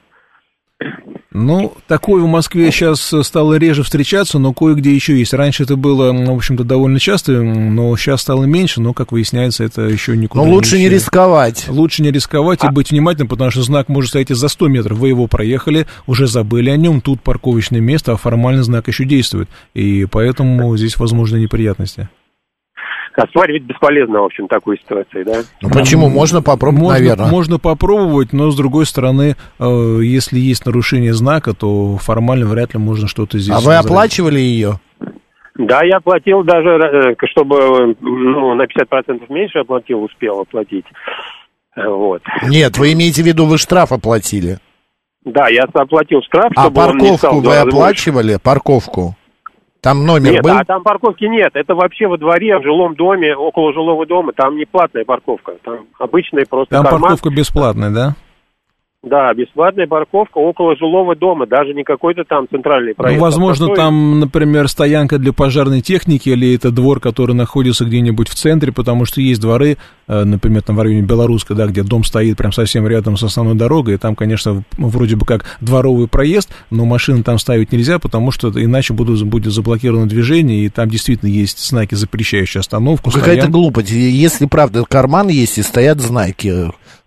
D: Ну, такое в Москве сейчас стало реже встречаться, но кое-где еще есть. Раньше это было, в общем-то, довольно часто, но сейчас стало меньше, но, как выясняется, это еще никуда не исчезает.
C: Но лучше не рисковать.
D: Лучше не рисковать и быть внимательным, потому что знак может стоять и за 100 метров. Вы его проехали, уже забыли о нем, тут парковочное место, а формально знак еще действует. И поэтому здесь возможны неприятности.
J: Оспаривать бесполезно, в общем, такую ситуацию, да?
C: Ну, почему? Можно попробовать, наверное.
D: Можно попробовать, но, с другой стороны, если есть нарушение знака, то формально вряд ли можно что-то здесь...
C: А вы оплачивали ее?
J: Да, я оплатил даже, чтобы на 50% меньше оплатил, успел оплатить. Вот.
C: Нет, вы имеете в виду, вы штраф оплатили?
J: Да, я оплатил штраф, чтобы
C: он не стал... А парковку вы оплачивали? Больше. Парковку? Там номер
J: нет,
C: был?
J: Нет, там парковки нет. Это вообще во дворе, в жилом доме, около жилого дома. Там не платная парковка. Там обычная просто
D: там
J: карман.
D: Парковка бесплатная, да?
J: Да, бесплатная парковка около жилого дома, даже не какой-то там центральный проезд.
D: Ну, возможно, там, например, стоянка для пожарной техники, или это двор, который находится где-нибудь в центре, потому что есть дворы, например, там в районе Белорусска, да, где дом стоит прям совсем рядом с основной дорогой, и там, конечно, вроде бы как дворовый проезд, но машины там ставить нельзя, потому что иначе будет заблокировано движение, и там действительно есть знаки, запрещающие остановку.
C: Какая-то глупость. Если, правда, карман есть и стоят знаки...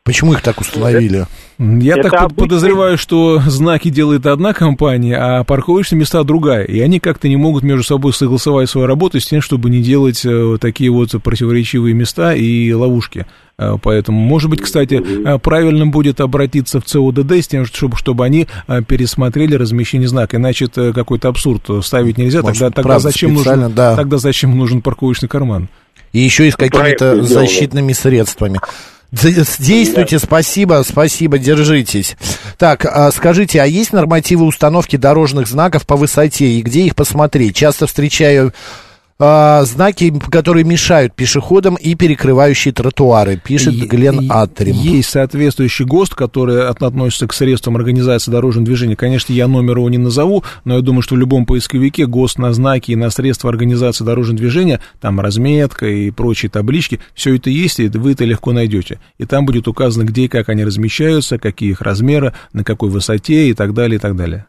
C: Почему их так установили?
D: Я так подозреваю, что знаки делает одна компания, а парковочные места другая. И они как-то не могут между собой согласовать свою работу с тем, чтобы не делать такие вот противоречивые места и ловушки. Поэтому, может быть, кстати, правильно будет обратиться в ЦОДД с тем, чтобы они пересмотрели размещение знака. Иначе это какой-то абсурд. Ставить нельзя. Тогда зачем нужен парковочный карман?
C: И еще и с какими-то защитными средствами. Действуйте, спасибо, держитесь. Так, скажите, а есть нормативы установки дорожных знаков по высоте и где их посмотреть? Часто встречаю знаки, которые мешают пешеходам и перекрывающие тротуары, пишет Глен Атрим.
D: Есть соответствующий ГОСТ, который относится к средствам организации дорожного движения. Конечно, я номер его не назову, но я думаю, что в любом поисковике ГОСТ на знаки и на средства организации дорожного движения, там разметка и прочие таблички, все это есть, и вы это легко найдете. И там будет указано, где и как они размещаются, какие их размеры, на какой высоте и так далее, и так далее.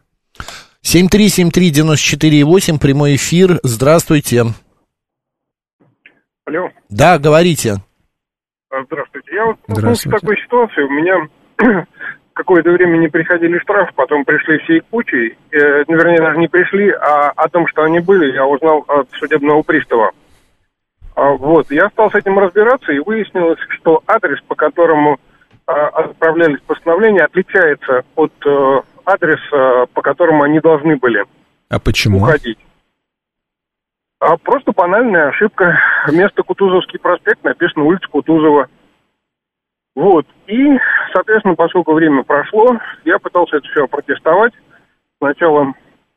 C: 7373948, прямой эфир. Здравствуйте.
K: Алло.
C: Да, говорите.
K: Здравствуйте. Я вот столкнулся в такой ситуации. У меня какое-то время не приходили штрафы, потом пришли всей кучей. Вернее, даже не пришли, а о том, что они были, я узнал от судебного пристава. Вот. Я стал с этим разбираться, и выяснилось, что адрес, по которому отправлялись постановления, отличается от адреса, по которому они должны были уходить. Просто банальная ошибка. Вместо Кутузовский проспект написано улица Кутузова. Вот. И, соответственно, поскольку время прошло, я пытался это все опротестовать. Сначала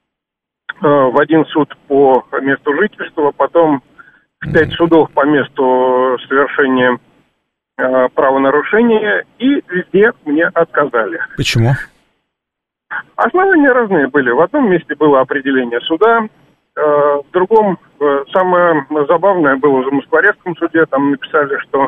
K: в один суд по месту жительства, потом в 5 судов по месту совершения правонарушения, и везде мне отказали.
D: Почему?
K: Основания разные были. В одном месте было определение суда, в другом, самое забавное было в Замоскворецком суде, там написали, что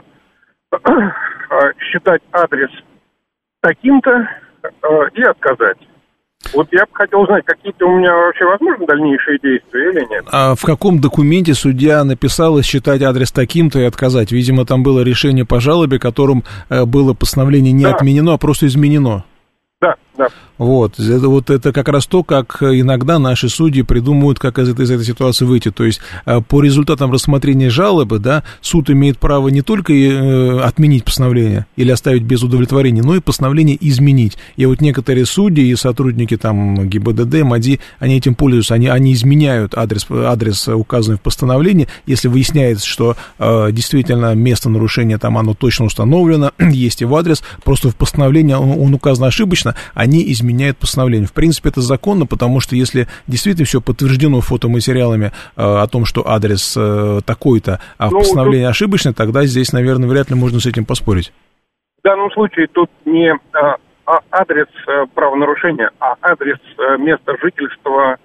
K: считать адрес таким-то и отказать. Вот я бы хотел узнать, какие-то у меня вообще возможны дальнейшие действия или нет?
D: А в каком документе судья написал считать адрес таким-то и отказать? Видимо, там было решение по жалобе, которым было постановление не отменено, а просто изменено.
K: Да.
D: Вот это как раз то, как иногда наши судьи придумывают, как из этой ситуации выйти. То есть по результатам рассмотрения жалобы, да, суд имеет право не только отменить постановление или оставить без удовлетворения, но и постановление изменить. И вот некоторые судьи и сотрудники там ГИБДД, МАДИ, они этим пользуются, они изменяют адрес, указанный в постановлении, если выясняется, что действительно место нарушения там оно точно установлено, есть его адрес, просто в постановлении он указан ошибочно, они изменяют постановление. В принципе, это законно, потому что если действительно все подтверждено фотоматериалами о том, что адрес такой-то, а в постановлении ошибочно, тогда здесь, наверное, вряд ли можно с этим поспорить.
K: В данном случае тут не адрес правонарушения, а адрес места жительства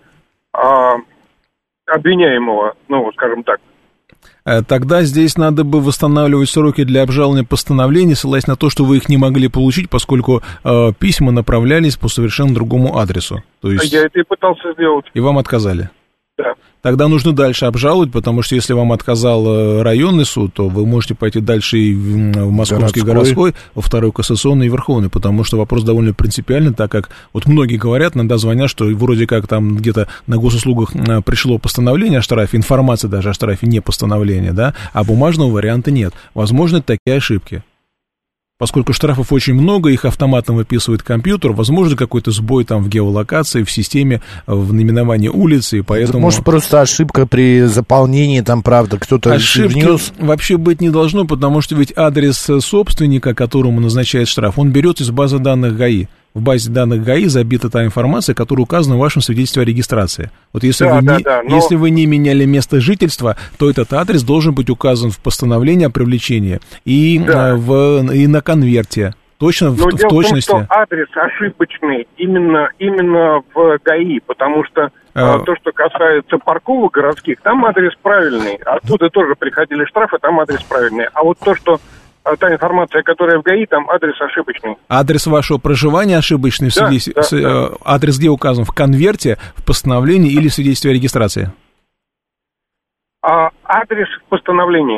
K: обвиняемого, скажем так.
D: Тогда здесь надо бы восстанавливать сроки для обжалования постановлений, ссылаясь на то, что вы их не могли получить, поскольку письма направлялись по совершенно другому адресу. То есть...
K: Я это и пытался сделать.
D: И вам отказали?
K: Да.
D: Тогда нужно дальше обжаловать, потому что если вам отказал районный суд, то вы можете пойти дальше и в Московский городской, во второй кассационный и Верховный, потому что вопрос довольно принципиальный, так как вот многие говорят, иногда звонят, что вроде как там где-то на госуслугах пришло постановление о штрафе, информация даже о штрафе, не постановление, да, а бумажного варианта нет. Возможно, такие ошибки. Поскольку штрафов очень много, их автоматом выписывает компьютер, возможно, какой-то сбой там в геолокации, в системе, в наименовании улицы, и поэтому...
C: Может, просто ошибка при заполнении, там, правда, кто-то внес...
D: вообще быть не должно, потому что ведь адрес собственника, которому назначает штраф, он берет из базы данных ГАИ. В базе данных ГАИ забита та информация, которая указана в вашем свидетельстве о регистрации. Вот если, если вы не меняли место жительства, то этот адрес должен быть указан в постановлении о привлечении и, и на конверте. Точно, в точности.
K: Дело в том, что адрес ошибочный именно в ГАИ, потому что то, что касается парковок городских, там адрес правильный. Оттуда тоже приходили штрафы, там адрес правильный. А вот то, что та информация, которая в ГАИ, там адрес ошибочный.
D: Адрес вашего проживания ошибочный? Да. Адрес где указан? В конверте, в постановлении или в свидетельстве о регистрации?
K: Адрес в постановлении.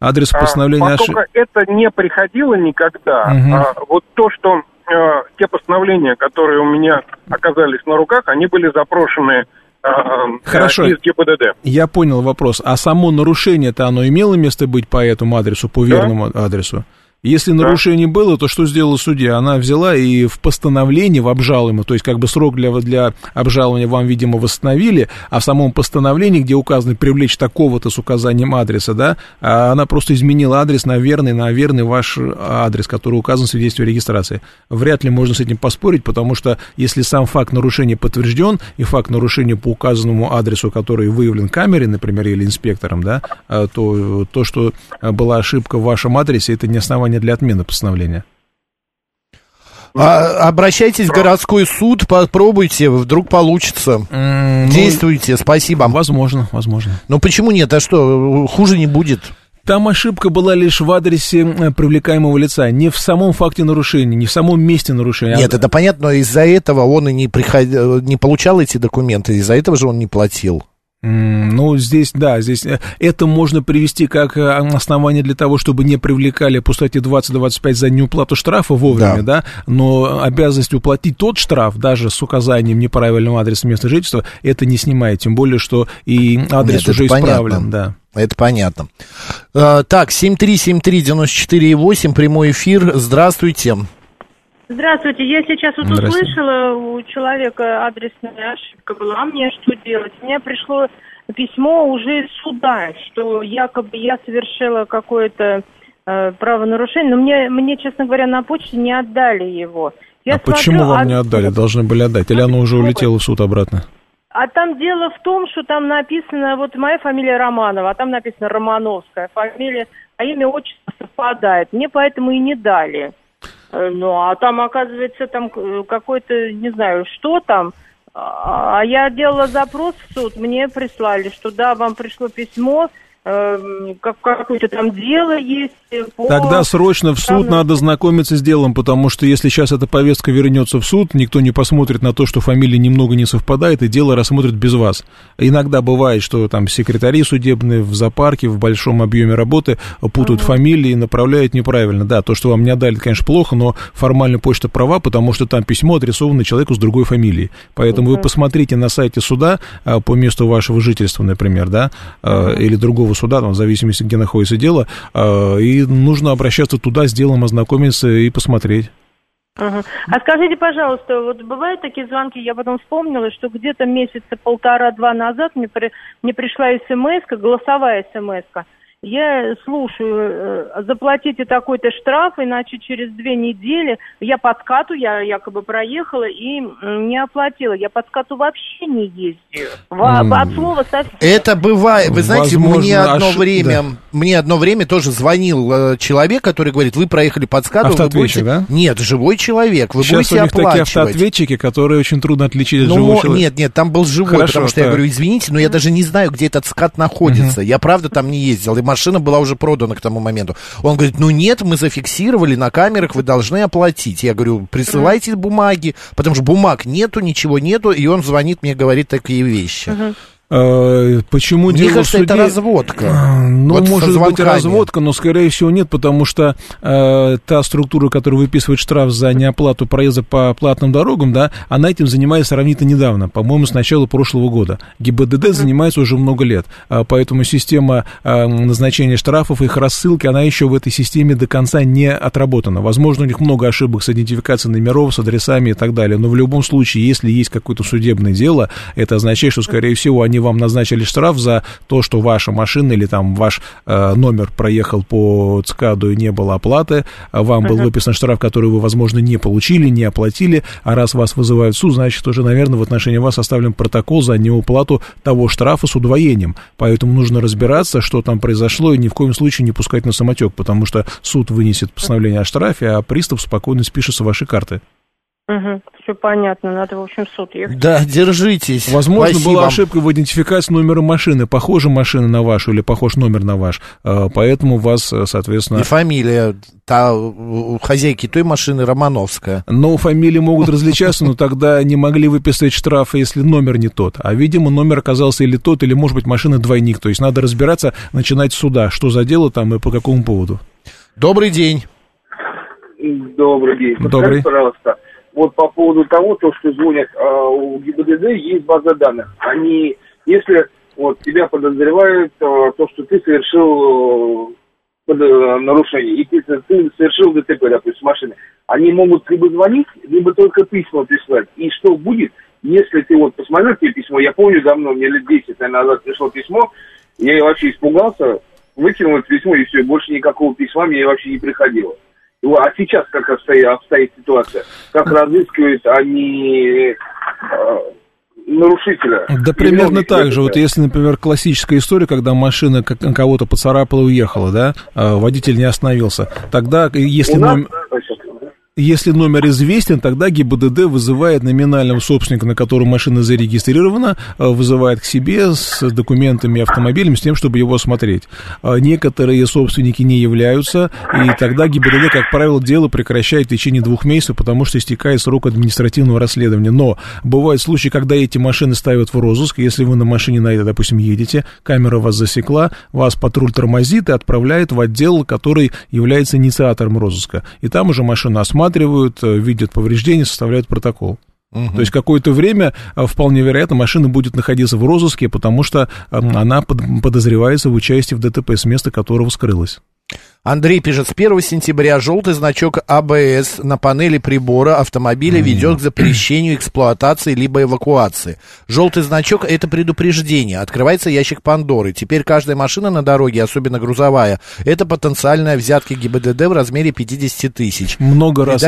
D: Адрес постановления...
K: Поскольку это не приходило никогда, вот то, что те постановления, которые у меня оказались на руках, они были запрошены
D: Хорошо.
K: из ГИБДД.
D: Я понял вопрос. А само нарушение-то оно имело место быть по этому адресу, по верному адресу? Если нарушение было, то что сделала судья? Она взяла и в постановлении, в обжалуемом, то есть как бы срок для обжалования вам, видимо, восстановили, а в самом постановлении, где указано привлечь такого-то с указанием адреса, да, она просто изменила адрес на верный ваш адрес, который указан в свидетельстве о регистрации. Вряд ли можно с этим поспорить, потому что если сам факт нарушения подтвержден, и факт нарушения по указанному адресу, который выявлен камерой, например, или инспектором, да, то что была ошибка в вашем адресе, это не основание для отмены постановления.
C: Обращайтесь в городской суд, попробуйте, вдруг получится. Действуйте, спасибо.
D: Возможно.
C: Но почему нет? А что, хуже не будет?
D: Там ошибка была лишь в адресе привлекаемого лица, не в самом факте нарушения, не в самом месте нарушения.
C: Нет, это понятно, но из-за этого он и не получал эти документы, из-за этого же он не платил.
D: Ну, здесь это можно привести как основание для того, чтобы не привлекали по статье 20-25 за неуплату штрафа вовремя, да, но обязанность уплатить тот штраф, даже с указанием неправильного адреса места жительства, это не снимает, тем более, что и адрес уже исправлен, да.
C: Это понятно. Так, 7373948, прямой эфир, здравствуйте.
L: Здравствуйте, я сейчас вот услышала у человека адресная ошибка была, мне что делать? Мне пришло письмо уже из суда, что якобы я совершила какое-то правонарушение, но мне, честно говоря, на почте не отдали его.
D: Почему вам не отдали? Должны были отдать, или оно уже улетело в суд обратно?
L: А там дело в том, что там написано, вот моя фамилия Романова, а там написано Романовская фамилия, а имя, отчество совпадает, мне поэтому и не дали. Ну, а там, оказывается, там какой-то, не знаю, что там. А я делала запрос в суд, мне прислали, что да, вам пришло письмо, какое-то там дело есть.
D: Тогда срочно в суд надо знакомиться с делом, потому что если сейчас эта повестка вернется в суд, никто не посмотрит на то, что фамилия немного не совпадает, и дело рассмотрят без вас. Иногда бывает, что там секретари судебные в зоопарке, в большом объеме работы путают фамилии и направляют неправильно. Да, то, что вам не отдали, конечно, плохо, но формально почта права, потому что там письмо адресовано человеку с другой фамилией. Поэтому вы посмотрите на сайте суда по месту вашего жительства, например, да, или другого суда, там, в зависимости, где находится дело, и нужно обращаться туда, с делом ознакомиться и посмотреть.
L: А скажите, пожалуйста, вот бывают такие звонки, я потом вспомнила, что где-то месяца 1,5-2 назад мне пришла смс-ка, голосовая смс-ка. Я слушаю, заплатите такой-то штраф, иначе через 2 недели я по скату, я якобы проехала и не оплатила. Я по скату вообще не ездила. От слова совсем.
C: Это бывает. Вы знаете, мне одно время тоже звонил человек, который говорит, вы проехали по скату.
D: Автоответчик, да?
C: Нет, живой человек, вы
D: сейчас
C: будете оплачивать.
D: Сейчас у них такие автоответчики, которые очень трудно отличить от живого человека.
C: Нет, там был живой, хорошо, потому что я говорю, извините, но я даже не знаю, где этот скат находится. Я правда там не ездил, и машина была уже продана к тому моменту. Он говорит, ну нет, мы зафиксировали на камерах, вы должны оплатить. Я говорю, присылайте бумаги, потому что бумаг нету, ничего нету, и он звонит мне, говорит такие вещи.
D: Почему
C: мне
D: дело
C: кажется,
D: в суде?
C: Это разводка.
D: Ну, вот может быть разводка, но, скорее всего, нет, потому что та структура, которая выписывает штраф за неоплату проезда по платным дорогам, да, она этим занимается сравнительно недавно, по-моему, с начала прошлого года. ГИБДД занимается уже много лет, поэтому система назначения штрафов, их рассылки, она еще в этой системе до конца не отработана. Возможно, у них много ошибок с идентификацией номеров, с адресами и так далее, но в любом случае, если есть какое-то судебное дело, это означает, что, скорее всего, они вам назначили штраф за то, что ваша машина или там ваш номер проехал по ЦКАДу и не было оплаты, вам был выписан штраф, который вы, возможно, не получили, не оплатили, а раз вас вызывают в суд, значит, уже, наверное, в отношении вас составлен протокол за неуплату того штрафа с удвоением. Поэтому нужно разбираться, что там произошло, и ни в коем случае не пускать на самотек, потому что суд вынесет постановление о штрафе, а пристав спокойно спишет с вашей карты.
L: Угу, все понятно, надо, в общем, в суд ехать.
C: Да, держитесь.
D: Возможно,
C: Спасибо.
D: была ошибка в идентификации номера машины. Похожа машина на вашу или похож номер на ваш. Поэтому вас, соответственно...
C: И фамилия у хозяйки той машины Романовская.
D: Но фамилии могут различаться, но тогда не могли выписать штраф, если номер не тот. А, видимо, номер оказался или тот, или, может быть, машина двойник. То есть надо разбираться, начинать с суда, что за дело там и по какому поводу.
C: Добрый день.
M: Добрый день.
D: Добрый.
M: Подскажите, пожалуйста, вот по поводу того, то, что звонят, у ГИБДД есть база данных. Они, если вот тебя подозревают, то, что ты совершил нарушение, и ты совершил ДТП, допустим, машины, они могут либо звонить, либо только письма прислать. И что будет, если ты вот посмотрел тебе письмо, я помню давно, мне лет 10 назад пришло письмо, я вообще испугался, выкинул это письмо, и все, больше никакого письма мне вообще не приходило. А сейчас как обстоит ситуация? Как разыскивают они нарушителя?
D: Да примерно так же. Вот если, например, классическая история, когда машина кого-то поцарапала и уехала, да, водитель не остановился, тогда, если номер известен, тогда ГИБДД вызывает номинального собственника, на котором машина зарегистрирована, вызывает к себе с документами, автомобилем, с тем, чтобы его осмотреть. Некоторые собственники не являются, и тогда ГИБДД, как правило, дело прекращает в течение 2 месяцев, потому что истекает срок административного расследования. Но бывают случаи, когда эти машины ставят в розыск. Если вы на машине на это, допустим, едете, камера вас засекла, вас патруль тормозит и отправляет в отдел, который является инициатором розыска. И там уже машина осматривают, видят повреждения, составляют протокол. То есть какое-то время, вполне вероятно, машина будет находиться в розыске, потому что она подозревается в участии в ДТП, с места которого скрылась.
C: Андрей пишет, с 1 сентября желтый значок АБС на панели прибора автомобиля ведет к запрещению эксплуатации либо эвакуации. Желтый значок — это предупреждение. Открывается ящик Пандоры. Теперь каждая машина на дороге, особенно грузовая, это потенциальная взятка ГИБДД в размере 50 тысяч.
D: Много раз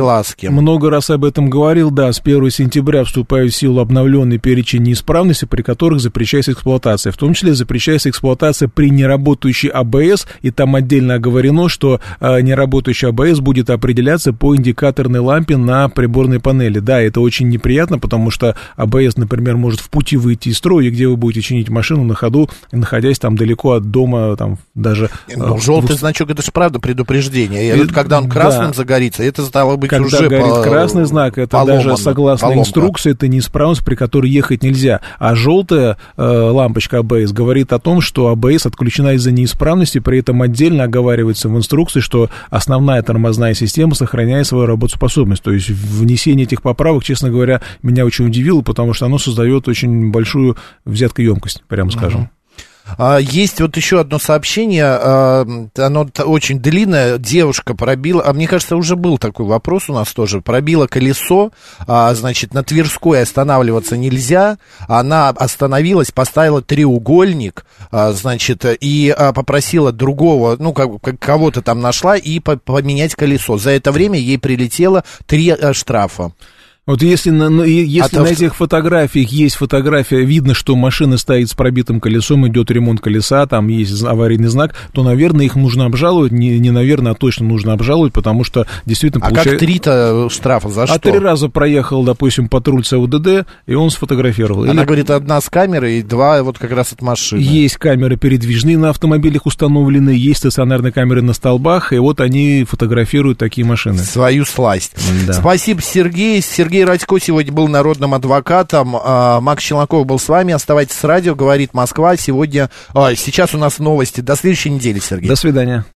D: об этом говорил, да, с 1 сентября вступает в силу обновленный перечень неисправностей, при которых запрещается эксплуатация. В том числе запрещается эксплуатация при неработающей АБС, и там отдельно оговорено, что неработающий АБС будет определяться по индикаторной лампе на приборной панели. Да, это очень неприятно, потому что АБС, например, может в пути выйти из строя, где вы будете чинить машину на ходу, находясь там далеко от дома, там даже...
C: желтый значок, это же правда предупреждение. И когда он красным загорится, это стало быть
D: когда
C: уже
D: горит красный знак, это даже согласно инструкции, это неисправность, при которой ехать нельзя. А желтая лампочка АБС говорит о том, что АБС отключена из-за неисправности, при этом отдельно оговаривается в инструкции, что основная тормозная система сохраняет свою работоспособность. То есть внесение этих поправок, честно говоря, меня очень удивило, потому что оно создает очень большую взяткоемкость, прямо скажем.
C: Есть вот еще одно сообщение, оно очень длинное, девушка пробила, мне кажется, уже был такой вопрос у нас тоже, пробила колесо, значит, на Тверской останавливаться нельзя, она остановилась, поставила треугольник, значит, и попросила другого, ну, кого-то там нашла, и поменять колесо. За это время ей прилетело 3 штрафа.
D: Вот если на этих фотографиях есть фотография, видно, что машина стоит с пробитым колесом, идет ремонт колеса, там есть аварийный знак, то, наверное, их нужно обжаловать, не наверное, а точно нужно обжаловать, потому что действительно
C: получается... А как 3 штрафа, за что?
D: 3 раза проехал, допустим, патруль СУДД, и он сфотографировал.
C: Она говорит, 1 с камерой и 2 вот как раз от машины.
D: Есть камеры передвижные на автомобилях установлены, есть стационарные камеры на столбах, и вот они фотографируют такие машины.
C: Свою сласть.
D: Да.
C: Спасибо, Сергей. Сергей Радько сегодня был народным адвокатом. Макс Челноков был с вами. Оставайтесь с радио, говорит Москва. Сейчас у нас новости. До следующей недели, Сергей.
D: До свидания.